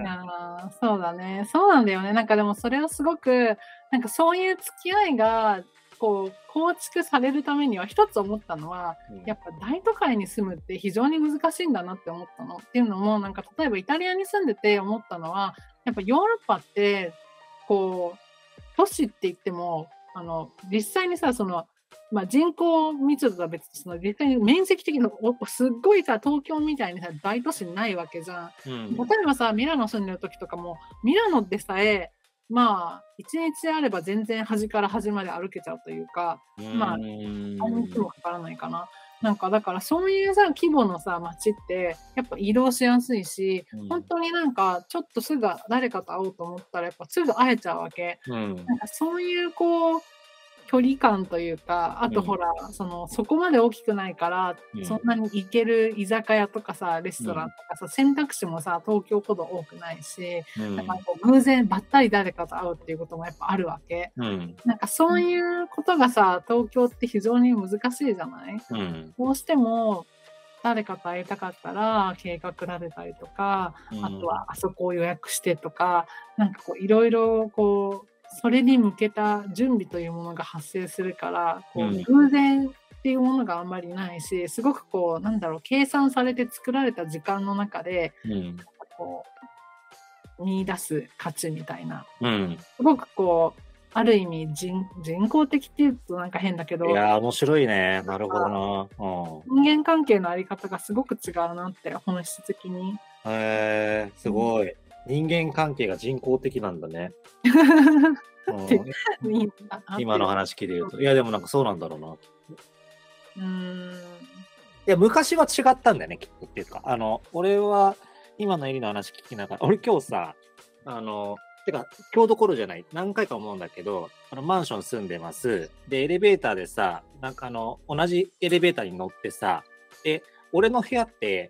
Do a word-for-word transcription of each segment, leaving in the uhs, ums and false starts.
いやー、そうだね。そうなんだよね。なんかでもそれをすごく、なんかそういう付き合いが、こう、構築されるためには、一つ思ったのは、 うんやっぱ大都会に住むって非常に難しいんだなって思ったの。っていうのも、なんか例えばイタリアに住んでて思ったのは、やっぱヨーロッパって、こう、都市って言っても、あの、実際にさ、その、まあ、人口密度とは別に、その実際に面積的におすっごいさ、東京みたいにさ、大都市ないわけじゃん。 うん例えばさ、ミラノ住んでる時とかも、ミラノでさえ、まあ、一日あれば全然端から端まで歩けちゃうというか、 うまあ、 ー半日もんかからないかな。なんか、だからそういうさ、規模のさ、街って、やっぱ移動しやすいし、 うん本当になんか、ちょっとすぐ誰かと会おうと思ったら、やっぱすぐ会えちゃうわけ。 うんなんかそういうこう、距離感というか、あうんとほら、その、そこまで大きくないから、 うんそんなに行ける居酒屋とかさ、レストランうんとかさ、選択肢もさ、東京ほど多くないし、だからうんこう偶然ばったり誰かと会うっていうこともやっぱあるわけ。 うんなんかそういうことがさ、東京って非常に難しいじゃない？ うんどうしても、誰かと会いたかったら計画立てたりとか、あとはあそこを予約してとか、なんかこういろいろこう、それに向けた準備というものが発生するから、こううん偶然っていうものがあんまりないし、すごくこう、なんだろう、計算されて作られた時間の中で、 うんこう、見出す価値みたいな。 うんすごくこう、ある意味人人工的っていうとなんか変だけいど、 やー面白いね。なるほどな。う人間関係のあり方がすごく違うなって、本質的に。 ん。へえ、すごい。人間関係が人工的なんだね。 ってうん、 いいあ合ってる。 今の話聞いてると。いや、でもなんかそうなんだろうな。 うーん。 いや、昔は違ったんだよね、きっとっていうか。あの、俺は今のエリの話聞きながら、俺今日さ、あの、てか、今日どころじゃない、何回か思うんだけど、あのマンション住んでます。で、エレベーターでさ、なんかあの、同じエレベーターに乗ってさ、で、俺の部屋って、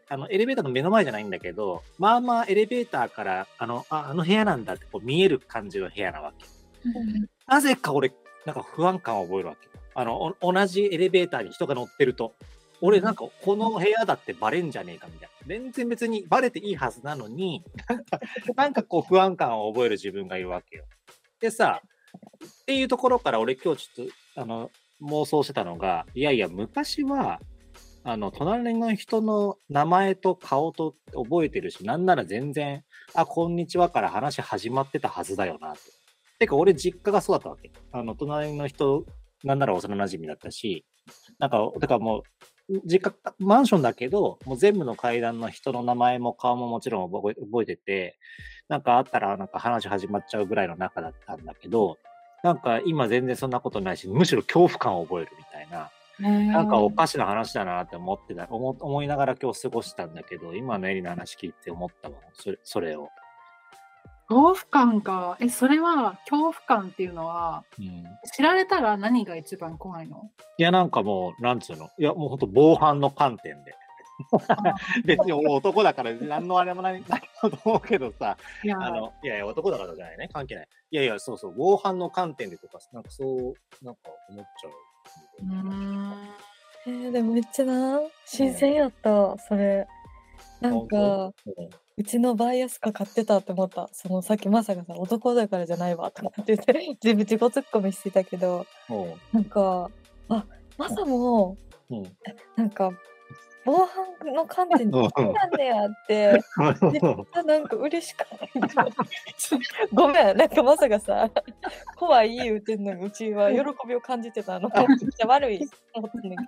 あの、エレベーターの目の前じゃないんだけど、まあまあエレベーターから、あの、あ、あの部屋なんだってこう見える感じの部屋なわけ。なぜか俺、なんか不安感を覚えるわけ。あの、お同じエレベーターに人が乗ってると。俺なんかこの部屋だってバレんじゃねえかみたいな。全然別にバレていいはずなのに、なんかなんかこう不安感を覚える自分がいるわけよ。でさ、っていうところから俺今日ちょっと、あの、妄想してたのが、いやいや、昔は、あの、隣の人の名前と顔と覚えてるし、なんなら全然、あ、こんにちはから話始まってたはずだよなと。てか、俺実家がそうだったわけ。あの、隣の人、なんなら幼馴染だったし、なんか、だからもう、実家、マンションだけど、もう全部の階段の人の名前も顔ももちろん覚え覚えてて、なんかあったらなんか話始まっちゃうぐらいの仲だったんだけど、なんか今全然そんなことないし、むしろ恐怖感を覚えるみたいな、なんかおかしな話だなって思ってた、思思いながら今日過ごしたんだけど、今のエリの話聞いて思ったわ、それ、それを。 恐怖感か。え、それは、恐怖感っていうのは、 うん。 知られたら何が一番怖いの？ いや、なんかもう、なんつうの。いや、もうほんと防犯の観点で。別に俺男だから何のあれもないないと思うけどさ、 いや、 あの、いやいや、男だからじゃないね。関係ない。いやいや、そうそう、防犯の観点でとか、なんかそう、なんか思っちゃう。 うーん。 えー、でもめっちゃな、新鮮やった、それ。なんか、 うんうちのバイアスか買ってたって思った。そのさっきマサがさ、男だからじゃないわとかって言って、自分自己ツッコミしてたけど、 うんなんか、あ、マサも、 うんなんか、防犯の観点で好きなんだよって、めっちゃなんか嬉しかった。ごめん、なんかマサがさ、怖い言うてんのに、うちは喜びを感じてたの。めっちゃ悪い思ってんねん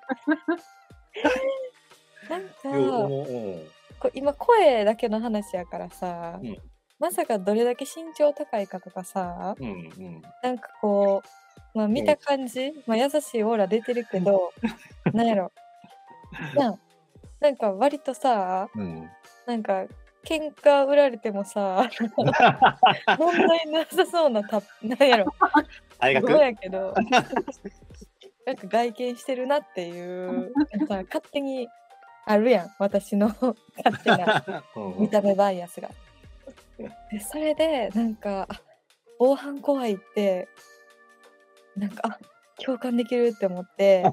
けど。なんか、 うんこ今声だけの話やからさ、 うんまさかどれだけ身長高いかとかさ、 うんうんなんかこう、まあ見た感じ、まあ優しいオーラ出てるけど、なんやろ。ななんか割とさ、 うんなんか喧嘩売られてもさ、問題なさそうなた、なんやろ。 大学どうやけど、なんか外見してるなっていう、なんか勝手にあるやん、私の勝手な見た目バイアスが。でそれでなんかあ防犯怖いってなんかあ共感できるって思って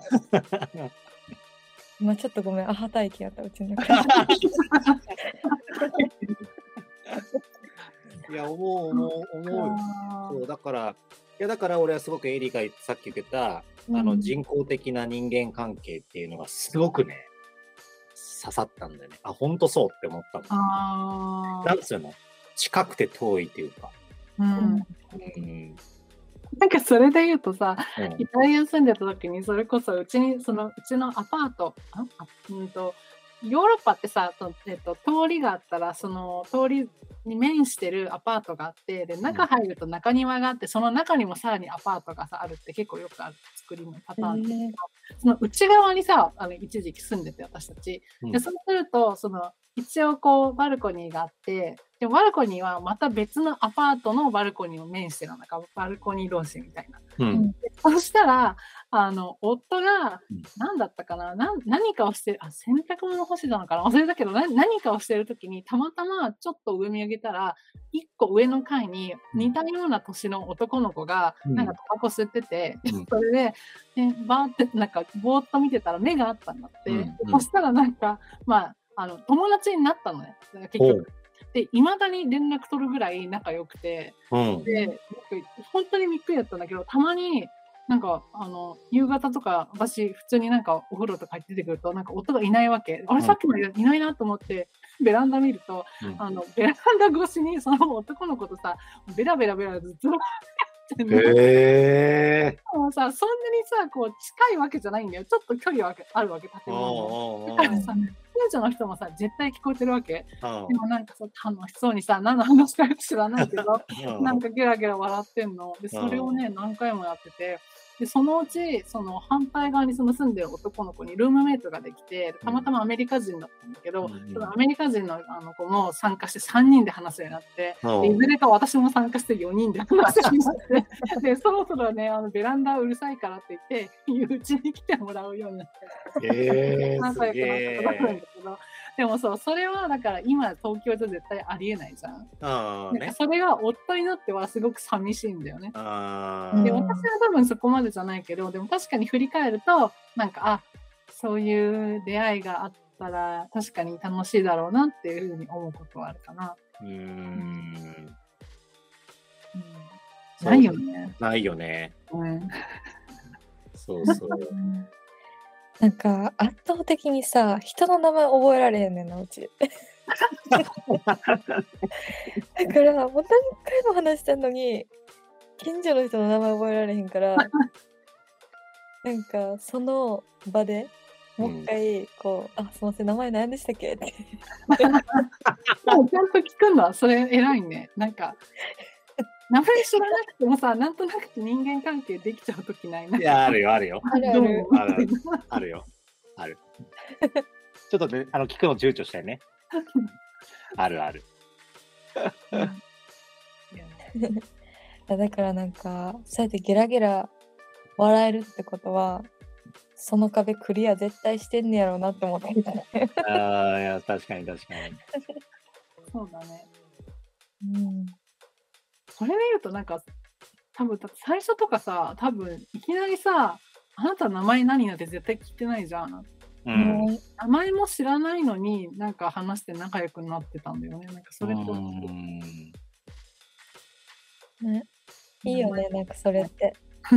今ちょっとごめんアハ体験やったうちのいや、思う、思う、思うよ。そう、だから、いや、だから俺はすごくエリがさっき言ってた、あの、人工的な人間関係っていうのがすごくね、刺さったんだよね。あ、ほんとそうって思ったの。 あなんつうの、近くて遠いっていうか。 うん。 うん。 なんかそれで言うとさ、 うんイタリア住んでた時にそれこそうちにそのうちのアパート、ああうんとヨーロッパってさ、とえっと、通りがあったらその通りに面してるアパートがあって、で中入ると中庭があって、その中にもさらにアパートがさあるって結構よくある作りのパターンで、 へえその内側にさあの一時期住んでて私たち、 うんでそうするとその一応こうバルコニーがあって、でバルコニーはまた別のアパートのバルコニーを面してるの、なんかバルコニー同士みたいな。 うんでそしたらあの夫がうん何だったかな、な何かをしてあ洗濯物干してたのかな、忘れたけど、な何かをしてる時にたまたまちょっと上見上げたら一個上の階に似たような年の男の子がうんなんかタバコ吸ってて、 うんそれで、でバーってなんかぼーっと見てたら目があったんだって、 うんうんそしたらなんかまああの友達になったのね、結ほ局。で未だに連絡取るぐらい仲良くて、 う。うん。 で僕本当にびっくりだったんだけど、たまになんかあの夕方とか私普通になんかお風呂とか入って出てくるとなんか夫がいないわけ。あれうんさっきまでいないなと思ってベランダ見ると、 うんあのベランダ越しにその男の子とさベラベラベラずっとってんの。 へえ。 もうさそんなにさこう近いわけじゃないんだよ。ちょっと距離はあるわけ、建物も。だからさ近所の人もさ絶対聞こえてるわけ。でもなんかさ楽しそうにさ何の話か知らないけどなんかゲラゲラ笑ってんので、それをね何回もやってて、でそのうちその反対側にその住んでる男の子にルームメイトができて、たまたまアメリカ人だったんだけど、 うんそのアメリカ人のあの子も参加してさんにんで話すようになって、 うんでいずれか私も参加してよにんで話すようになってでそろそろねあのベランダうるさいからって言ってうちに来てもらうようになって、 へえ。 仲良くなったことあるんすだけど、でもそうそれはだから今東京じゃ絶対ありえないじゃん。 げえ。ああね。 なんかそれが夫になってはすごく寂しいんだよね。 あで、 うん私は多分そこまでじゃないけど、でも確かに振り返ると、なんか、あ、そういう出会いがあったら確かに楽しいだろうなっていうふうに思うことはあるかな。 あ。うーん。 うん、 そうないよね。 ないよね。 うん。 そうそう。 なんか圧倒的にさ人の名前覚えられへんねんなうちだからもう何回も話してんのに近所の人の名前覚えられへんからなんかその場でもう一回こう、あすいません名前何でしたっけってでもちゃんと聞くんだ。それ偉いね。なんか、名前知らなくてもさ、なんとなく人間関係できちゃうときないな。 いや、あるよ、あるよ。 あるあるどうもあるあるあるよ。ある。ちょっとね、あの、聞くの躊躇したよね。あるある。 だからなんかそうやってゲラゲラ笑えるってことはその壁クリア絶対してんねやろうなって思ってたね。 ああ、いや、確かに確かに。 そうだね。 うんそれで言うとなんか、多分だって最初とかさ、多分いきなりさ、あなた名前何なんて絶対聞いてないじゃん。 うん。 ね名前も知らないのになんか話して仲良くなってたんだよね。なんかそれと、 うんねいいよねなんかそれって。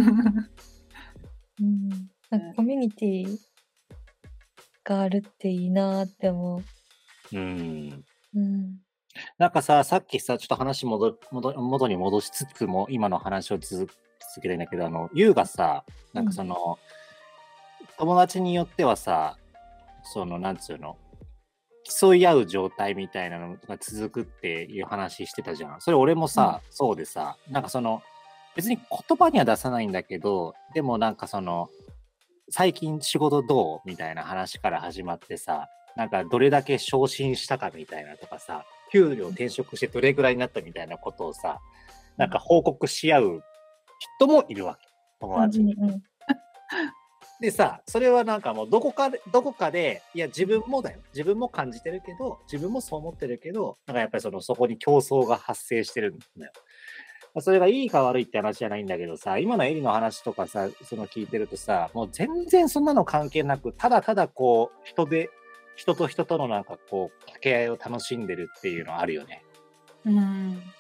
うんなんかコミュニティがあるっていいなーって思うん。 う。うんなんかさ、さっきさ、ちょっと話戻戻元に戻しつつも、今の話を続続けてんだけど、あの、ユウがさ、なんかその、友達によってはさ、その、なんつうの、競い合う状態みたいなのが続くっていう話してたじゃん。それ俺もさ、そうでさ、なんかその、別に言葉には出さないんだけど、でもなんかその、最近仕事どうみたいな話から始まってさ、なんかどれだけ昇進したかみたいなとかさ、給料転職してどれぐらいになったみたいなことをさ、なんか報告し合う人もいるわけ。友達に。 うんうんでさ、それはなんかもうどこかで、どこかで、いや自分もだよ。自分も感じてるけど、自分もそう思ってるけど、なんかやっぱりその、そこに競争が発生してるんだよ。それがいいか悪いって話じゃないんだけどさ、今のエリの話とかさ、その聞いてるとさ、もう全然そんなの関係なく、ただただこう、人で、人と人とのなんかこう、掛け合いを楽しんでるっていうのあるよね。 うん、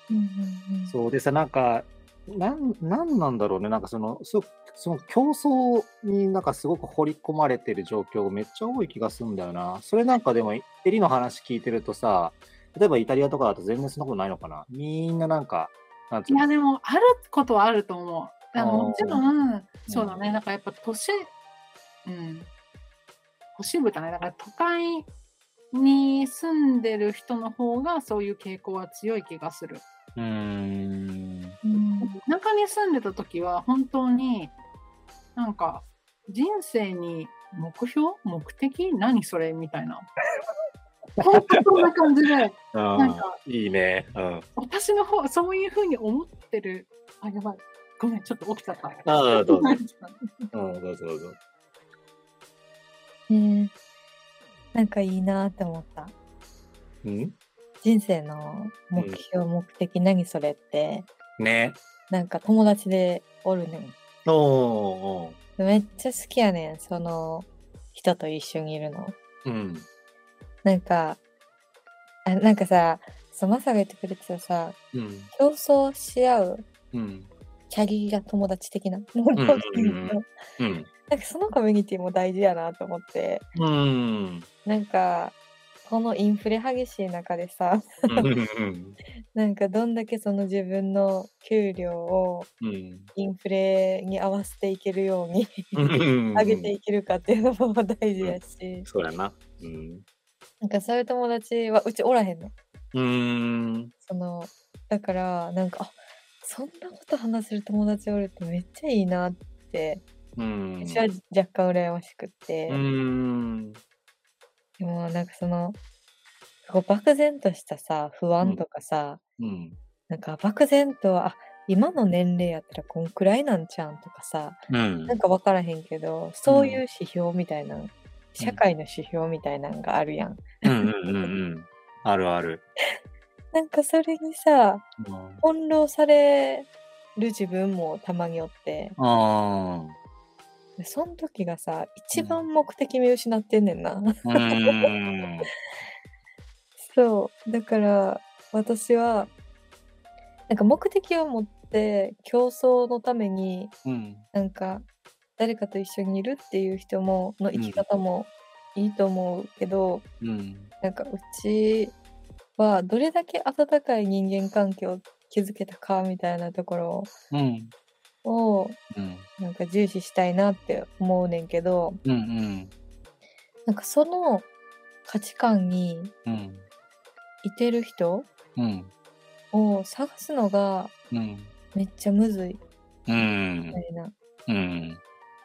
うんうんうん。 そうでさ、なんか、なん、なんなんだろうね。なんかその、そ、その競争になんかすごく掘り込まれてる状況がめっちゃ多い気がするんだよな。それなんかでも、エリの話聞いてるとさ、例えばイタリアとかだと全然そんなことないのかな。みんななんか、なんついうや、 の。 でも、あることはあると思う。 ああの、もちろーん、そうだね、なんかやっぱ都市うん、都市部だね。だから都会に住んでる人の方が、そういう傾向は強い気がする。 うーん。 うん。 田舎に住んでた時は、本当に、なんか、人生に目標？目的？何それみたいな。ほんとそんな感じで、なんあか、 ーいいね。うん。 私の方そういう風に思ってるあ、やばい。ごめん、ちょっと起きちゃった。 ああ、どうぞ。うん、どうぞどうぞ。 えー、なんかいいなって思った。 うん人生の目標、目的、何それって、 ね。 なんか友達でおるねん。 おーおー。 めっちゃ好きやねん、その人と一緒にいるの。 うん。 なんか、あ、なんかさ、そう、マサが言ってくれてたさ、 うん。 競争し合ううん。 キャリア友達的な。 うんうんうんうん。 なんかそのコミュニティも大事やなと思って、 うん。 なんか、このインフレ激しい中でさ、 うんうんなんかどんだけその自分の給料をうんインフレに合わせていけるようにうんうん上げていけるかっていうのも大事うんやし、 そうやな。うん。 なんかそういう友達はうちおらへんの。 うーん。 その、だからなんか、あ、そんなこと話せる友達おるってめっちゃいいなって、 うん私は若干羨ましくっうて、 ーん。 でもなんかその、こう漠然としたさ、不安とかさ、 うん。 なんか漠然と、あ、今の年齢やったらこんくらいなんちゃうんとかさ、 うんなんか分からへんけど、そういう指標みたいな、社会の指標みたいなんがあるやん。 うんうんうんうん。あるある。 なんかそれにさ、 うん翻弄される自分もたまにおって、 あでそん時がさ、一番目的見失ってんねんな。 あ。うーん。 そう。だから私は、なんか目的を持って競争のために、 うん。 なんか誰かと一緒にいるっていう人もの生き方もいいと思うけど、 うん。 なんかうちはどれだけ温かい人間関係を築けたかみたいなところうん。 をうん。 なんか重視したいなって思うねんけど、 うんうん。 なんかその価値観にうん。 いてる人うん。 を探すのがうん。 めっちゃむずいうんみたいな。 うん。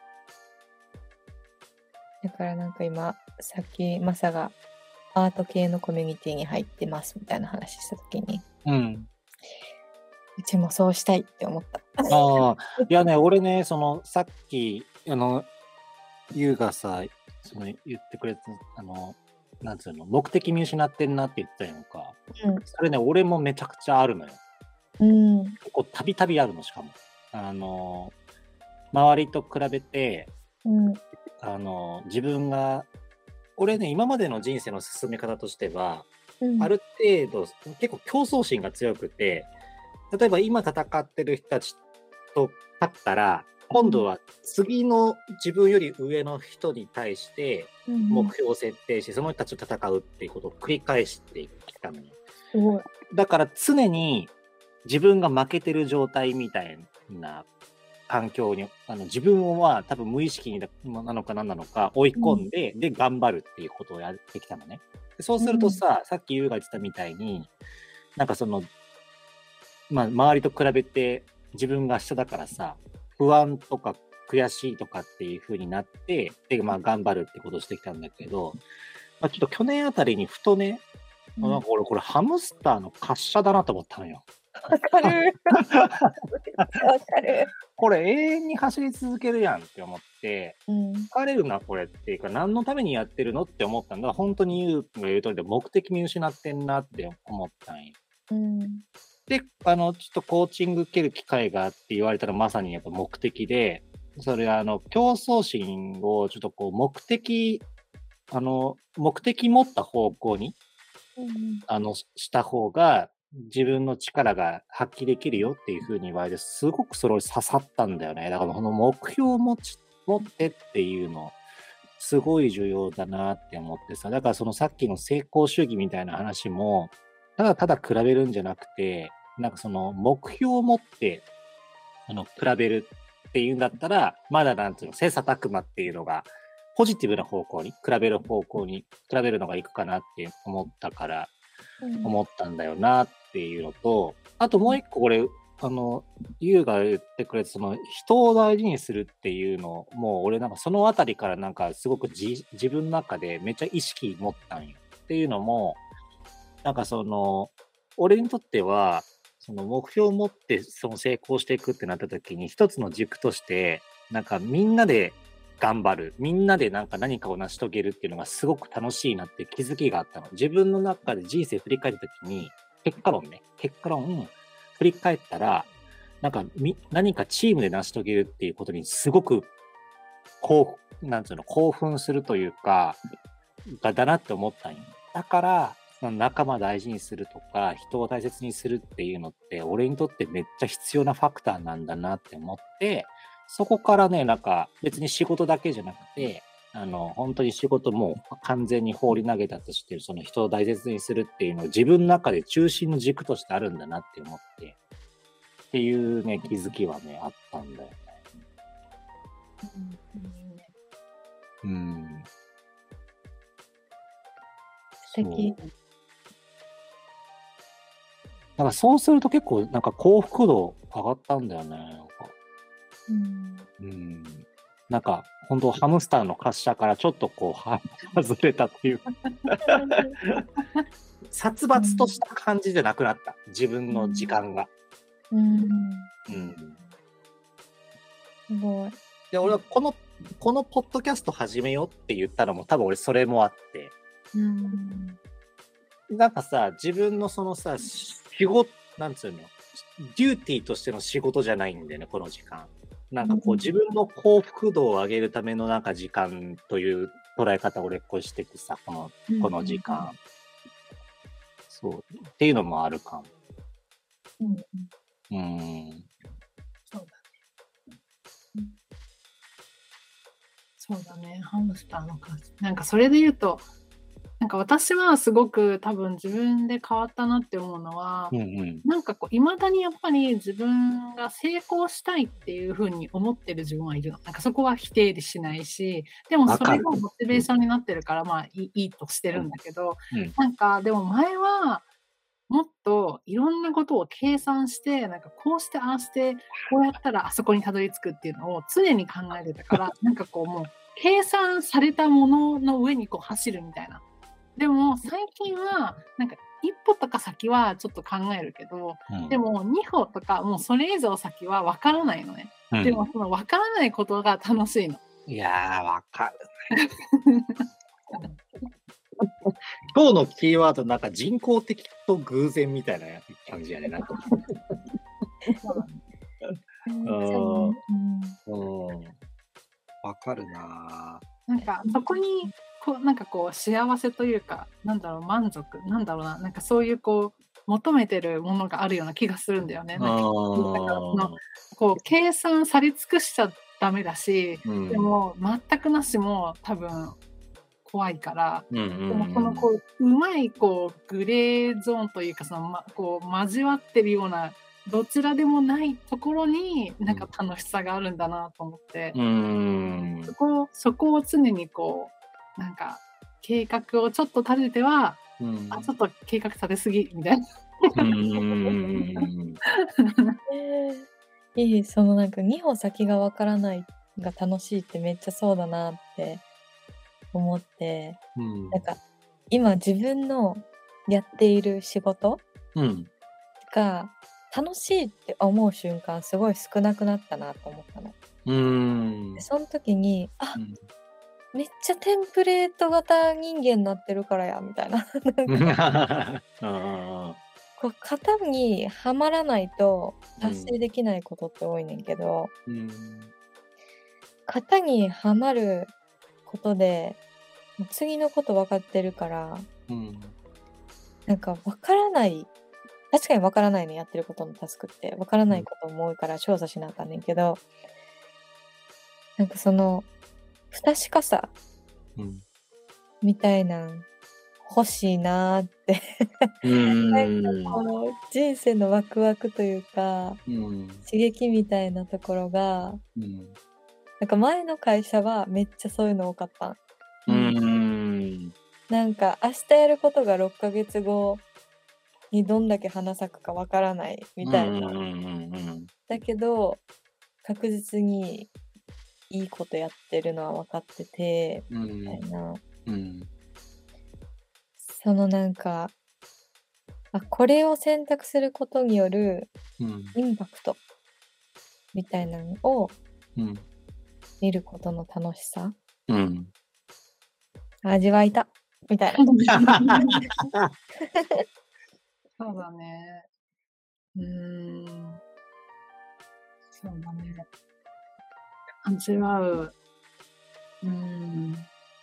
だからなんか今、さっきマサがアート系のコミュニティに入ってますみたいな話した時に、 うん。 うちもそうしたいって思った。 ああ、いやね、俺ね、その、さっき、あの、ゆうがさ、その言ってくれた、あの、なんつうの、目的見失ってんなって言ったやんか。それね、俺もめちゃくちゃあるのよ。 うん。うん。 結構たびたびあるの、しかも。あの、周りと比べて、 うん。 あの、自分が、俺ね、今までの人生の進め方としては、 うん。 ある程度、結構競争心が強くて、例えば今戦ってる人たちと勝ったら、今度は次の自分より上の人に対してうん目標を設定し、その人たちと戦うっていうことを繰り返してきたのよ。 すごい。 だから常に自分が負けてる状態みたいな環境に、あの自分は多分無意識になのか何なのか追い込んで、で頑張るっていうことをやってきたのね。そうするとさ、さっき優が言ってたみたいに、なんかその、まあ周りと比べて自分が下だからさ、不安とか悔しいとかっていう風になって、で、まあ頑張るってことをしてきたんだけど、まあ、ちょっと去年あたりにふとね、 うん、 なんか俺これハムスターの滑車だなと思ったのよ。 わかる。わかる。 これ永遠に走り続けるやんって思って、 うん。 疲れるなこれっていうか、何のためにやってるのって思ったんだ。本当にユウが言う通りで目的見失ってんなって思ったんよ。 うん。 で、あの、ちょっとコーチング受ける機会があって言われたらまさにやっぱ目的で、それあの、競争心をちょっとこう目的、あの、目的持った方向に、 うん。 あの、した方が自分の力が発揮できるよっていう風に言われて、すごくそれ刺さったんだよね。だからこの目標を持ち持ってっていうの、すごい重要だなって思ってさ。だからそのさっきの成功主義みたいな話も、ただただ比べるんじゃなくて、なんかその目標を持って、あの、比べるっていうんだったら、まだなんていうの、切磋琢磨っていうのが、ポジティブな方向に、比べる方向に、比べるのがいくかなって思ったから、 うん思ったんだよなっていうのと、あともう一個これ、あの、ユウが言ってくれたその人を大事にするっていうのもう俺なんかそのあたりからなんかすごくじ自分の中でめっちゃ意識持ったんよ。っていうのも、なんかその、俺にとっては、その目標を持ってその成功していくってなった時に一つの軸として、なんかみんなで頑張る。みんなでなんか何かを成し遂げるっていうのがすごく楽しいなって気づきがあったの。自分の中で人生振り返った時に、結果論ね、結果論、振り返ったら、なんかみ、何かチームで成し遂げるっていうことにすごく、こう、なんつうの、興奮するというか、がだなって思ったんよ。だから、その仲間大事にするとか、人を大切にするっていうのって、俺にとってめっちゃ必要なファクターなんだなって思って、そこからね、なんか別に仕事だけじゃなくて、あの、本当に仕事も完全に放り投げたとしてる、その人を大切にするっていうのを自分の中で中心の軸としてあるんだなって思って、っていうね、気づきはね、あったんだよね。うん。 素敵。 なんかそうすると結構なんか幸福度上がったんだよね。なんかうん。 うん。なんか本当ハムスターの滑車からちょっとこうは外れたっていう殺伐とした感じじゃなくなった。自分の時間が。 うん。 うん。 すごい。 で、俺はこの、このポッドキャスト始めようって言ったのも多分俺それもあって。 うん。 なんかさ、自分のそのさ、仕事、なんつうの、デューティーとしての仕事じゃないんだよね、この時間。なんかこう、自分の幸福度を上げるためのなんか時間という捉え方を俺こうしててさ、この、この時間。そう。っていうのもあるかも。 うん。 うん。 そうだね。うん、そうだね。ハムスターの感じ。なんかそれで言うと、なんか私はすごく多分自分で変わったなって思うのは、 うんうん、 なんかこう未だにやっぱり自分が成功したいっていう風に思ってる自分はいるの。なんかそこは否定しないし、でもそれがモチベーションになってるからまあいい、いいとしてるんだけど、うん、なんかでも前はもっといろんなことを計算して、なんかこうしてああしてこうやったらあそこにたどり着くっていうのを常に考えてたから、なんかこうもう計算されたものの上にこう走るみたいな。でも最近はなんか一歩とか先はちょっと考えるけど、うん、でも二歩とかもうそれ以上先は分からないのね、うん、でもその分からないことが楽しいの。 いやー分かるね今日のキーワードなんか人工的と偶然みたいな感じやねなんかうん分かるな。 なんかそこにこうなんかこう幸せというかなんだろう満足なんだろうななんかそういうこう求めてるものがあるような気がするんだよね。なんかだからそのこう計算され尽くしちゃダメだし、うん、でも全くなしも多分怖いから、うんうんうん、でもこのこううまいこうグレーゾーンというかその、ま、こう交わってるようなどちらでもないところになんか楽しさがあるんだなと思って、うん、そこそこを常にこうなんか計画をちょっと立てては、うん、あちょっと計画立てすぎみたいな。 いいそのなんかに歩先がわからないが楽しいってめっちゃそうだなって思って、うん、なんか今自分のやっている仕事が楽しいって思う瞬間すごい少なくなったなと思ったの。うーんでその時にあ、うん、めっちゃテンプレート型人間になってるからやみたいななんかこう型にはまらないと達成できないことって多いねんけど、うん、型にはまることで次のこと分かってるから、うん、なんか分からない確かにわからないね、やってることのタスクって。わからうなんいことも多いから調査しなあかんねんけど、なんかその、不確かさうん。 みたいなん欲しいなーって。 うなんかーん。 こう、人生のワクワクというか、 うん。 刺激みたいなところが、 うん。 なんか前の会社はめっちゃそういうの多かったん。 ううん。 ーん。 なんか明日やることがろっかげつごにどんだけ花咲くかわからないみうんたいな。 うんうんうんだけど、確実にいいことやってるのは分かってて、 うん。うみたいん。 な。 うん。 そのなんか、あ、これを選択することによるうん。 インパクトみたいなのをうん。 見ることの楽しさ、 うん。 味わいたみたいな。 そうだね。うーん。そうだね。味わう。うーん。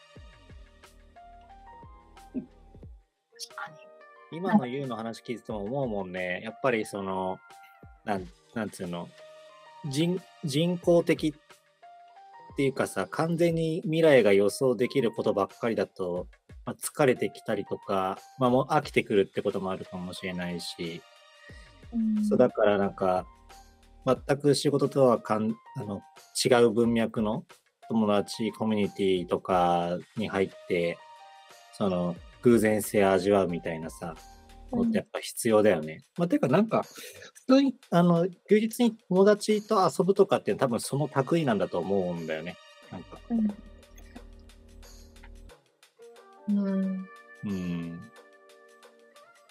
確かに。 今のユウの話聞いてても思うもんね。やっぱりその、なん、なんつうの、人、人工的っていうかさ、完全に未来が予想できることばっかりだと、まあ、疲れてきたりとか、まあもう飽きてくるってこともあるかもしれないし、 うんそうだからなんか、全く仕事とはかんあの違う文脈の友達、コミュニティとかに入って、その偶然性を味わうみたいなさ、のってやっぱ必要だよね。まあ、てかなんか、普通に、あの、休日に友達と遊ぶとかって多分その類なんだと思うんだよね。なんか。 うん。うん。 うん。